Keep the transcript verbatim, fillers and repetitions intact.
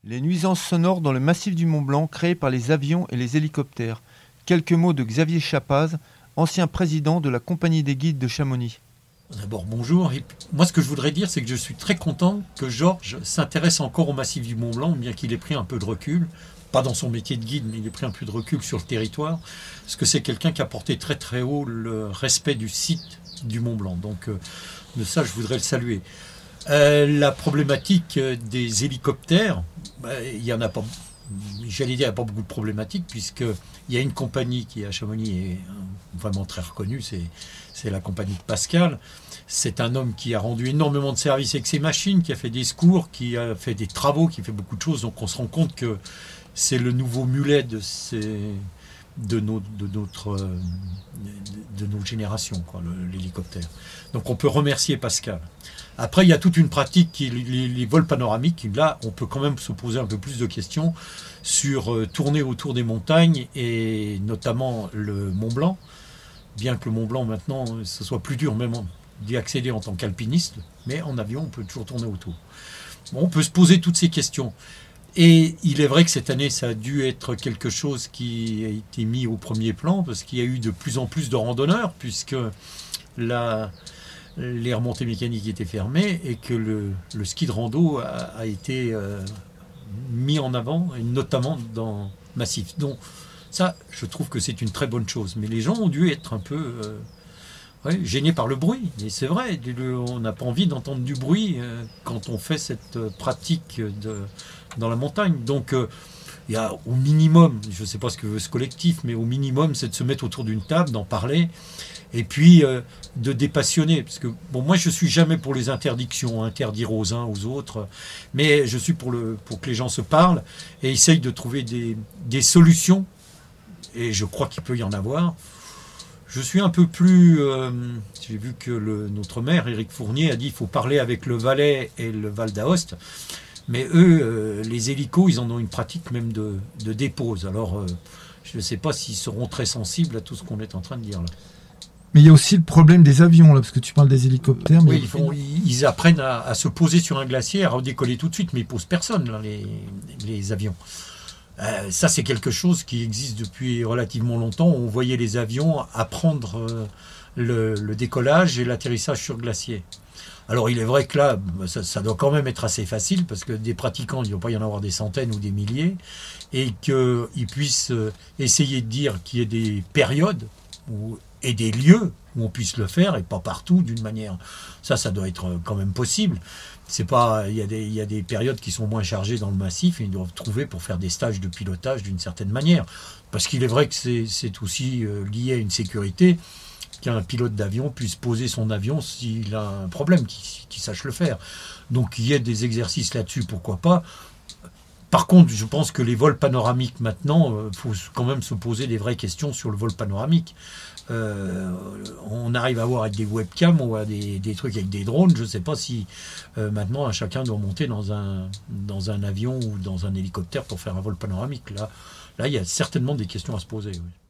Les nuisances sonores dans le massif du Mont-Blanc créées par les avions et les hélicoptères. Quelques mots de Xavier Chapaz, ancien président de la Compagnie des guides de Chamonix. D'abord, bonjour. Et moi, ce que je voudrais dire, c'est que je suis très content que Georges s'intéresse encore au massif du Mont-Blanc, bien qu'il ait pris un peu de recul. Pas dans son métier de guide, mais il a pris un peu de recul sur le territoire. Parce que c'est quelqu'un qui a porté très très haut le respect du site du Mont-Blanc. Donc, euh, de ça, je voudrais le saluer. Euh, la problématique des hélicoptères, bah, il n'y en a pas, j'allais dire, il n'y a pas beaucoup de problématiques, puisqu'il y a une compagnie qui à Chamonix est vraiment très reconnue, c'est, c'est la compagnie de Pascal. C'est un homme qui a rendu énormément de services avec ses machines, qui a fait des secours, qui a fait des travaux, qui fait beaucoup de choses. Donc on se rend compte que c'est le nouveau mulet de, ces, de, nos, de, notre, de, de nos générations, quoi, le, l'hélicoptère. Donc on peut remercier Pascal. Après, il y a toute une pratique, qui les, les vols panoramiques. Là, on peut quand même se poser un peu plus de questions sur euh, tourner autour des montagnes et notamment le Mont Blanc. Bien que le Mont Blanc, maintenant, ce soit plus dur même d'y accéder en tant qu'alpiniste, mais en avion, on peut toujours tourner autour. Bon, on peut se poser toutes ces questions. Et il est vrai que cette année, ça a dû être quelque chose qui a été mis au premier plan, parce qu'il y a eu de plus en plus de randonneurs, puisque la... les remontées mécaniques étaient fermées et que le, le ski de rando a, a été euh, mis en avant, et notamment dans Massif. Donc ça, je trouve que c'est une très bonne chose. Mais les gens ont dû être un peu euh, ouais, gênés par le bruit. Et c'est vrai, on n'a pas envie d'entendre du bruit euh, quand on fait cette pratique de, dans la montagne. Donc euh, il y a au minimum, je ne sais pas ce que veut ce collectif, mais au minimum, c'est de se mettre autour d'une table, d'en parler, et puis euh, de dépassionner. Parce que, bon, moi, je ne suis jamais pour les interdictions, interdire aux uns, aux autres, mais je suis pour, le, pour que les gens se parlent et essayent de trouver des, des solutions, et je crois qu'il peut y en avoir. Je suis un peu plus... Euh, j'ai vu que le, notre maire, Éric Fournier, a dit qu'il faut parler avec le Valais et le Val d'Aoste. Mais eux, euh, les hélicos, ils en ont une pratique même de, de dépose. Alors, euh, je ne sais pas s'ils seront très sensibles à tout ce qu'on est en train de dire là. Mais il y a aussi le problème des avions, là, parce que tu parles des hélicoptères. Mais oui, ils, font, ils apprennent à, à se poser sur un glacier, à redécoller tout de suite, mais ils ne posent personne, là, les, les avions. Euh, ça, c'est quelque chose qui existe depuis relativement longtemps. On voyait les avions apprendre euh, le, le décollage et l'atterrissage sur glacier. Alors il est vrai que là, ça, ça doit quand même être assez facile, parce que des pratiquants, il ne doit pas y en avoir des centaines ou des milliers, et qu'ils puissent essayer de dire qu'il y ait des périodes où, et des lieux où on puisse le faire, et pas partout d'une manière. Ça, ça doit être quand même possible. C'est pas, il y a des, il y a des périodes qui sont moins chargées dans le massif, et ils doivent trouver pour faire des stages de pilotage d'une certaine manière. Parce qu'il est vrai que c'est, c'est aussi lié à une sécurité, qu'un pilote d'avion puisse poser son avion s'il a un problème, qu'il, qu'il sache le faire. Donc il y a des exercices là-dessus, pourquoi pas. Par contre, je pense que les vols panoramiques maintenant, il euh, faut quand même se poser des vraies questions sur le vol panoramique. Euh, on arrive à voir avec des webcams ou à des, des trucs avec des drones. Je ne sais pas si euh, maintenant chacun doit monter dans un, dans un avion ou dans un hélicoptère pour faire un vol panoramique. Là, là, il y a certainement des questions à se poser. Oui.